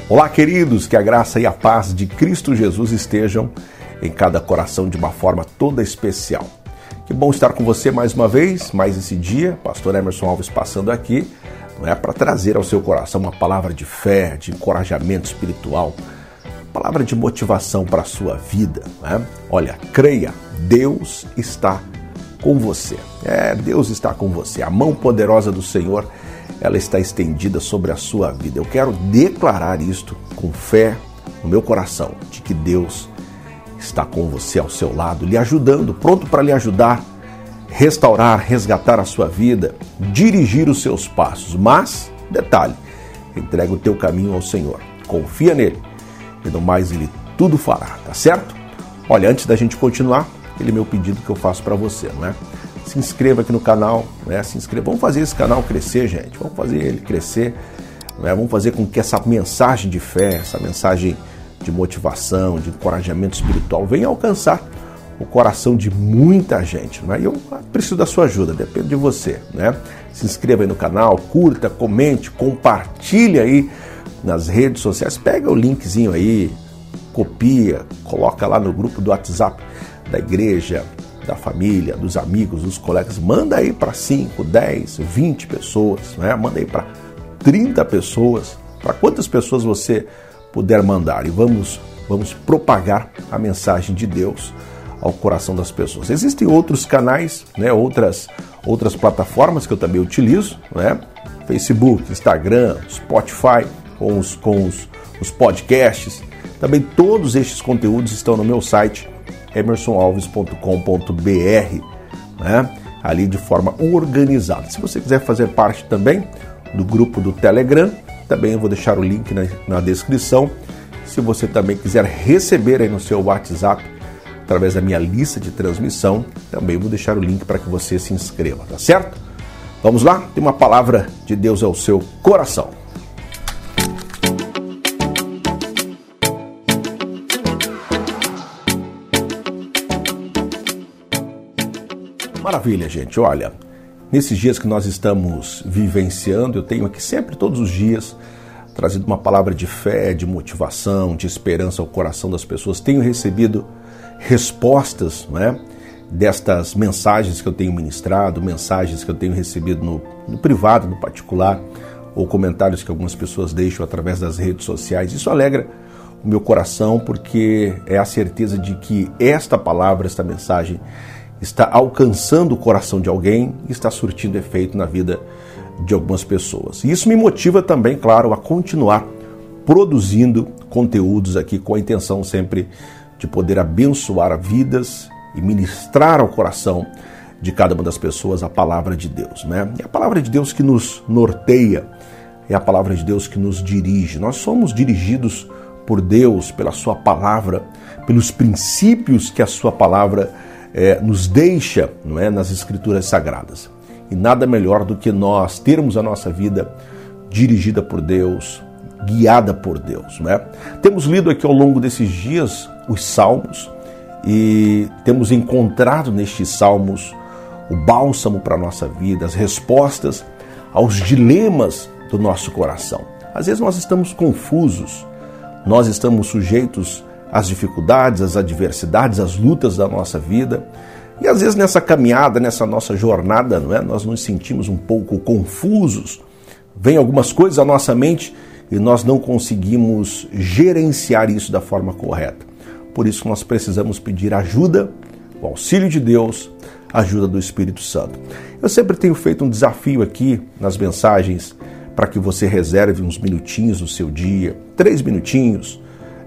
Olá, queridos, que a graça e a paz de Cristo Jesus estejam em cada coração de uma forma toda especial. Que bom estar com você mais uma vez, mais esse dia. Pastor Emerson Alves passando aqui, não é para trazer ao seu coração uma palavra de fé, de encorajamento espiritual, palavra de motivação para a sua vida, né? Olha, creia, Deus está com você. Deus está com você. A mão poderosa do Senhor, ela está estendida sobre a sua vida. Eu quero declarar isto com fé no meu coração, de que Deus está com você ao seu lado, lhe ajudando, pronto para lhe ajudar, restaurar, resgatar a sua vida, dirigir os seus passos. Mas, detalhe, entrega o teu caminho ao Senhor, confia nele, e no mais ele tudo fará, tá certo? Olha, antes da gente continuar, aquele meu pedido que eu faço para você, não é? Se inscreva aqui no canal, né? Se inscreva. Vamos fazer esse canal crescer, gente. Vamos fazer ele crescer, né? Vamos fazer com que essa mensagem de fé, essa mensagem de motivação, de encorajamento espiritual venha alcançar o coração de muita gente, né? E eu preciso da sua ajuda, depende de você, né? Se inscreva aí no canal, curta, comente, compartilhe aí nas redes sociais. Pega o linkzinho aí, copia, coloca lá no grupo do WhatsApp da igreja, da família, dos amigos, dos colegas, manda aí para 5, 10, 20 pessoas, né? Manda aí para 30 pessoas, para quantas pessoas você puder mandar, e vamos propagar a mensagem de Deus ao coração das pessoas. Existem outros canais, né? outras plataformas que eu também utilizo, né? Facebook, Instagram, Spotify, com os podcasts. Também todos estes conteúdos estão no meu site emersonalves.com.br, né? Ali de forma organizada. Se você quiser fazer parte também do grupo do Telegram, também eu vou deixar o link na descrição. Se você também quiser receber aí no seu WhatsApp, através da minha lista de transmissão, também vou deixar o link para que você se inscreva, tá certo? Vamos lá? Tem uma palavra de Deus ao seu coração. Maravilha, gente. Olha, nesses dias que nós estamos vivenciando, eu tenho aqui sempre, todos os dias, trazido uma palavra de fé, de motivação, de esperança ao coração das pessoas. Tenho recebido respostas, né, destas mensagens que eu tenho ministrado, mensagens que eu tenho recebido no privado, no particular, ou comentários que algumas pessoas deixam através das redes sociais. Isso alegra o meu coração, porque é a certeza de que esta palavra, esta mensagem, está alcançando o coração de alguém e está surtindo efeito na vida de algumas pessoas. E isso me motiva também, claro, a continuar produzindo conteúdos aqui com a intenção sempre de poder abençoar vidas e ministrar ao coração de cada uma das pessoas a palavra de Deus, né? É a palavra de Deus que nos norteia, é a palavra de Deus que nos dirige. Nós somos dirigidos por Deus, pela sua palavra, pelos princípios que a sua palavra nos deixa, não é, nas Escrituras Sagradas. E nada melhor do que nós termos a nossa vida dirigida por Deus, guiada por Deus, não é? Temos lido aqui ao longo desses dias os Salmos e temos encontrado nestes Salmos o bálsamo para a nossa vida, as respostas aos dilemas do nosso coração. Às vezes nós estamos confusos, nós estamos sujeitos as dificuldades, as adversidades, as lutas da nossa vida. E às vezes nessa caminhada, nessa nossa jornada, não é? Nós nos sentimos um pouco confusos. Vem algumas coisas à nossa mente e nós não conseguimos gerenciar isso da forma correta. Por isso nós precisamos pedir ajuda, o auxílio de Deus, a ajuda do Espírito Santo. Eu sempre tenho feito um desafio aqui nas mensagens para que você reserve uns minutinhos no seu dia, 3 minutinhos,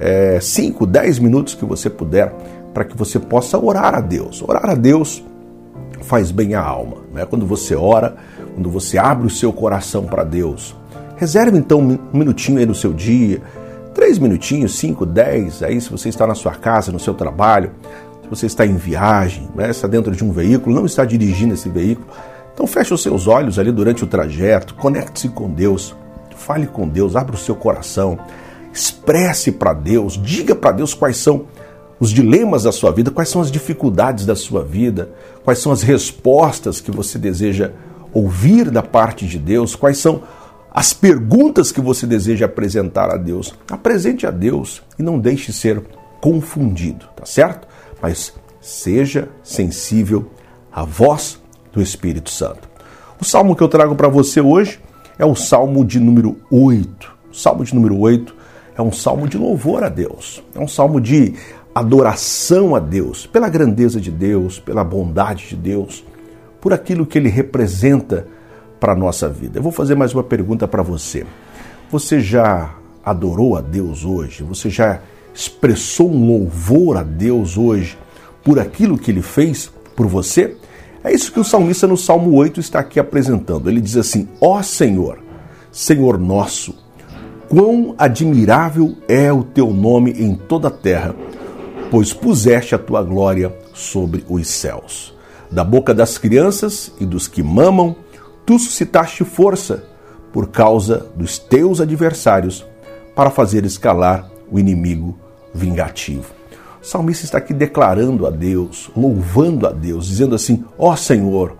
5, 10 minutos que você puder, para que você possa orar a Deus. Orar a Deus faz bem à alma, né? Quando você ora, quando você abre o seu coração para Deus, reserve então um minutinho aí no seu dia, 3 minutinhos, 5, 10, aí se você está na sua casa, no seu trabalho, se você está em viagem, né? Está dentro de um veículo, não está dirigindo esse veículo, então feche os seus olhos ali durante o trajeto, conecte-se com Deus, fale com Deus, abra o seu coração, expresse para Deus, diga para Deus quais são os dilemas da sua vida, quais são as dificuldades da sua vida, quais são as respostas que você deseja ouvir da parte de Deus, quais são as perguntas que você deseja apresentar a Deus, apresente a Deus e não deixe ser confundido, tá certo? Mas seja sensível à voz do Espírito Santo. O salmo que eu trago para você hoje é o salmo de número 8. O salmo de número 8 é um salmo de louvor a Deus, é um salmo de adoração a Deus, pela grandeza de Deus, pela bondade de Deus, por aquilo que Ele representa para a nossa vida. Eu vou fazer mais uma pergunta para você. Você já adorou a Deus hoje? Você já expressou um louvor a Deus hoje por aquilo que Ele fez por você? É isso que o salmista no Salmo 8 está aqui apresentando. Ele diz assim: ó Senhor, Senhor nosso, quão admirável é o Teu nome em toda a terra, pois puseste a Tua glória sobre os céus. Da boca das crianças e dos que mamam, Tu suscitaste força por causa dos Teus adversários para fazer escalar o inimigo vingativo. O salmista está aqui declarando a Deus, louvando a Deus, dizendo assim: ó Senhor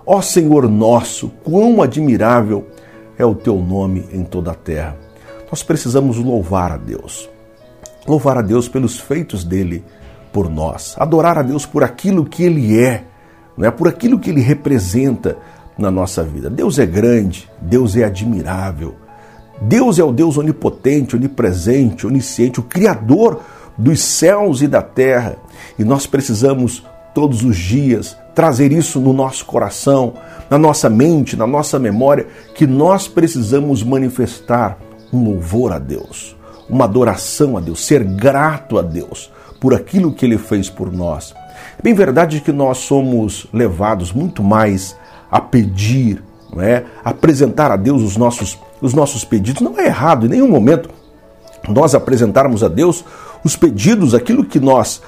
nosso, quão admirável é o Teu nome em toda a terra. Nós precisamos louvar a Deus pelos feitos dEle por nós, adorar a Deus por aquilo que Ele é, não é? Por aquilo que Ele representa na nossa vida. Deus é grande, Deus é admirável, Deus é o Deus onipotente, onipresente, onisciente, o Criador dos céus e da terra, e nós precisamos todos os dias trazer isso no nosso coração, na nossa mente, na nossa memória, que nós precisamos manifestar um louvor a Deus, uma adoração a Deus, ser grato a Deus por aquilo que Ele fez por nós. É bem verdade que nós somos levados muito mais a pedir, não é? Apresentar a Deus os nossos pedidos. Não é errado em nenhum momento nós apresentarmos a Deus os pedidos, aquilo que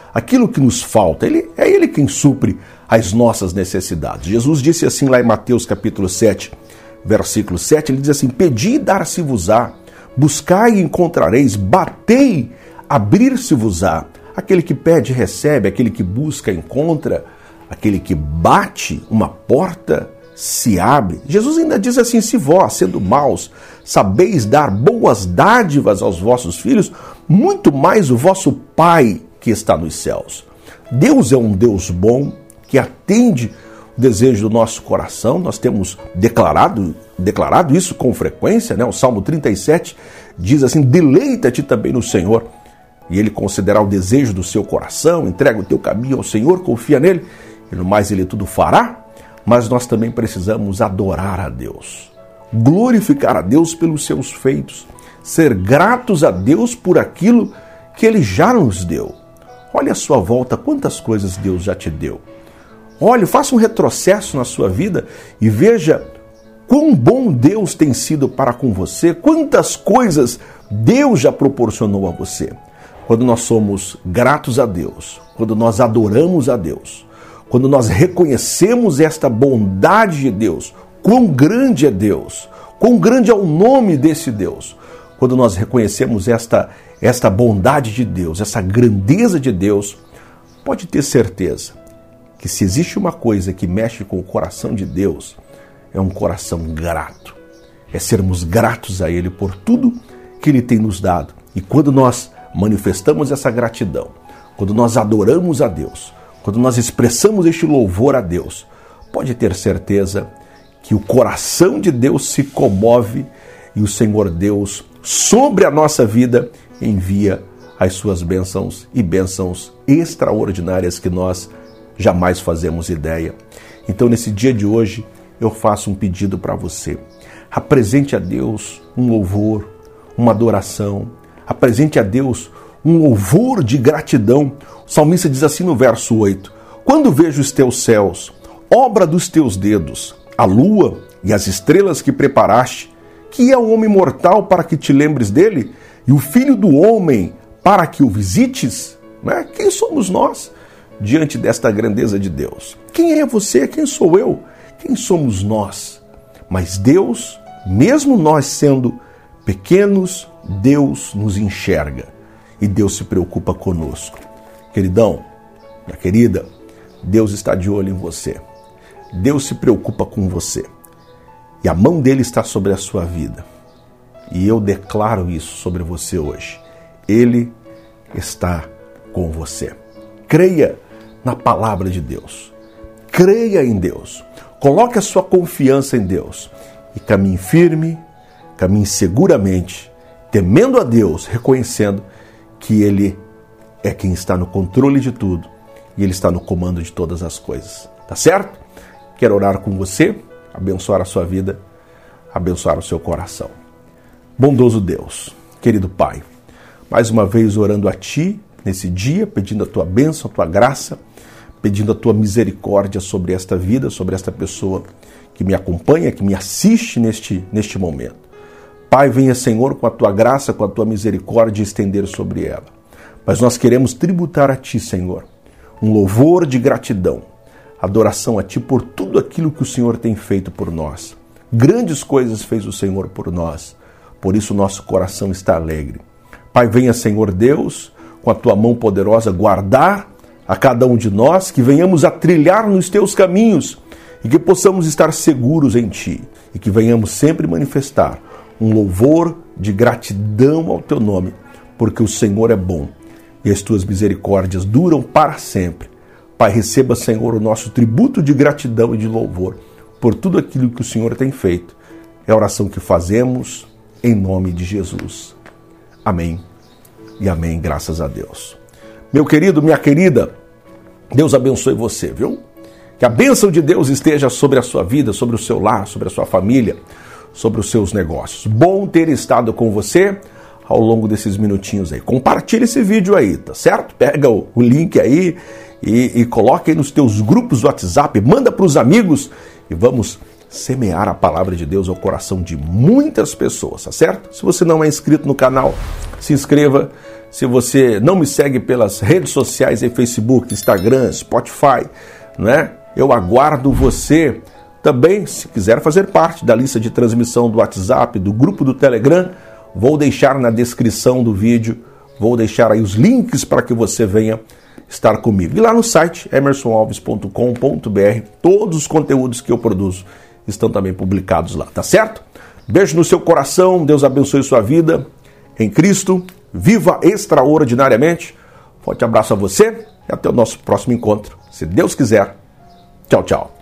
nos falta. É Ele quem supre as nossas necessidades. Jesus disse assim lá em Mateus capítulo 7, versículo 7, Ele diz assim: pedi e dar-se-vos-á, buscai e encontrareis, batei, abrir-se-vos-á. Aquele que pede recebe, aquele que busca encontra, aquele que bate, uma porta se abre. Jesus ainda diz assim: se vós, sendo maus, sabeis dar boas dádivas aos vossos filhos, muito mais o vosso Pai que está nos céus. Deus é um Deus bom, que atende o desejo do nosso coração. Nós temos declarado isso com frequência, né? O Salmo 37 diz assim: deleita-te também no Senhor, e Ele concederá o desejo do seu coração. Entrega o teu caminho ao Senhor, confia nele, e no mais Ele tudo fará. Mas nós também precisamos adorar a Deus, glorificar a Deus pelos seus feitos, ser gratos a Deus por aquilo que Ele já nos deu. Olha à sua volta quantas coisas Deus já te deu. Olha, faça um retrocesso na sua vida e veja quão bom Deus tem sido para com você, quantas coisas Deus já proporcionou a você. Quando nós somos gratos a Deus, quando nós adoramos a Deus, quando nós reconhecemos esta bondade de Deus, quão grande é Deus, quão grande é o nome desse Deus, quando nós reconhecemos esta bondade de Deus, essa grandeza de Deus, pode ter certeza que se existe uma coisa que mexe com o coração de Deus, é um coração grato. É sermos gratos a Ele por tudo que Ele tem nos dado. E quando nós manifestamos essa gratidão, quando nós adoramos a Deus, quando nós expressamos este louvor a Deus, pode ter certeza que o coração de Deus se comove e o Senhor Deus, sobre a nossa vida, envia as suas bênçãos e bênçãos extraordinárias que nós jamais fazemos ideia. Então, nesse dia de hoje, eu faço um pedido para você. Apresente a Deus um louvor, uma adoração. Apresente a Deus um louvor de gratidão. O salmista diz assim no verso 8: quando vejo os teus céus, obra dos teus dedos, a lua e as estrelas que preparaste, que é o homem mortal para que te lembres dele, e o filho do homem para que o visites? Né? Quem somos nós diante desta grandeza de Deus? Quem é você? Quem sou eu? Quem somos nós? Mas Deus, mesmo nós sendo pequenos, Deus nos enxerga e Deus se preocupa conosco. Queridão, minha querida, Deus está de olho em você. Deus se preocupa com você. E a mão dele está sobre a sua vida. E eu declaro isso sobre você hoje. Ele está com você. Creia na palavra de Deus. Creia em Deus. Coloque a sua confiança em Deus. E caminhe firme, caminhe seguramente, temendo a Deus, reconhecendo que Ele é quem está no controle de tudo e Ele está no comando de todas as coisas. Tá certo? Quero orar com você, abençoar a sua vida, abençoar o seu coração. Bondoso Deus, querido Pai, mais uma vez orando a Ti nesse dia, pedindo a Tua bênção, a Tua graça, pedindo a Tua misericórdia sobre esta vida, sobre esta pessoa que me acompanha, que me assiste neste momento. Pai, venha, Senhor, com a Tua graça, com a Tua misericórdia estender sobre ela. Mas nós queremos tributar a Ti, Senhor, um louvor de gratidão, adoração a Ti por tudo aquilo que o Senhor tem feito por nós. Grandes coisas fez o Senhor por nós, por isso nosso coração está alegre. Pai, venha, Senhor Deus, com a Tua mão poderosa guardar a cada um de nós, que venhamos a trilhar nos Teus caminhos e que possamos estar seguros em Ti e que venhamos sempre manifestar um louvor de gratidão ao Teu nome, porque o Senhor é bom e as Tuas misericórdias duram para sempre. Pai, receba, Senhor, o nosso tributo de gratidão e de louvor por tudo aquilo que o Senhor tem feito. É a oração que fazemos em nome de Jesus. Amém e amém, graças a Deus. Meu querido, minha querida, Deus abençoe você, viu? Que a bênção de Deus esteja sobre a sua vida, sobre o seu lar, sobre a sua família, sobre os seus negócios. Bom ter estado com você ao longo desses minutinhos aí. Compartilhe esse vídeo aí, tá certo? Pega o link aí e coloca aí nos teus grupos do WhatsApp, manda para os amigos e vamos semear a palavra de Deus ao coração de muitas pessoas, tá certo? Se você não é inscrito no canal, se inscreva. Se você não me segue pelas redes sociais, em Facebook, Instagram, Spotify, né? Eu aguardo você também, se quiser fazer parte da lista de transmissão do WhatsApp, do grupo do Telegram. Vou deixar na descrição do vídeo, vou deixar aí os links para que você venha estar comigo. E lá no site emersonalves.com.br, todos os conteúdos que eu produzo estão também publicados lá, tá certo? Beijo no seu coração, Deus abençoe sua vida em Cristo, viva extraordinariamente. Forte abraço a você e até o nosso próximo encontro, se Deus quiser. Tchau, tchau.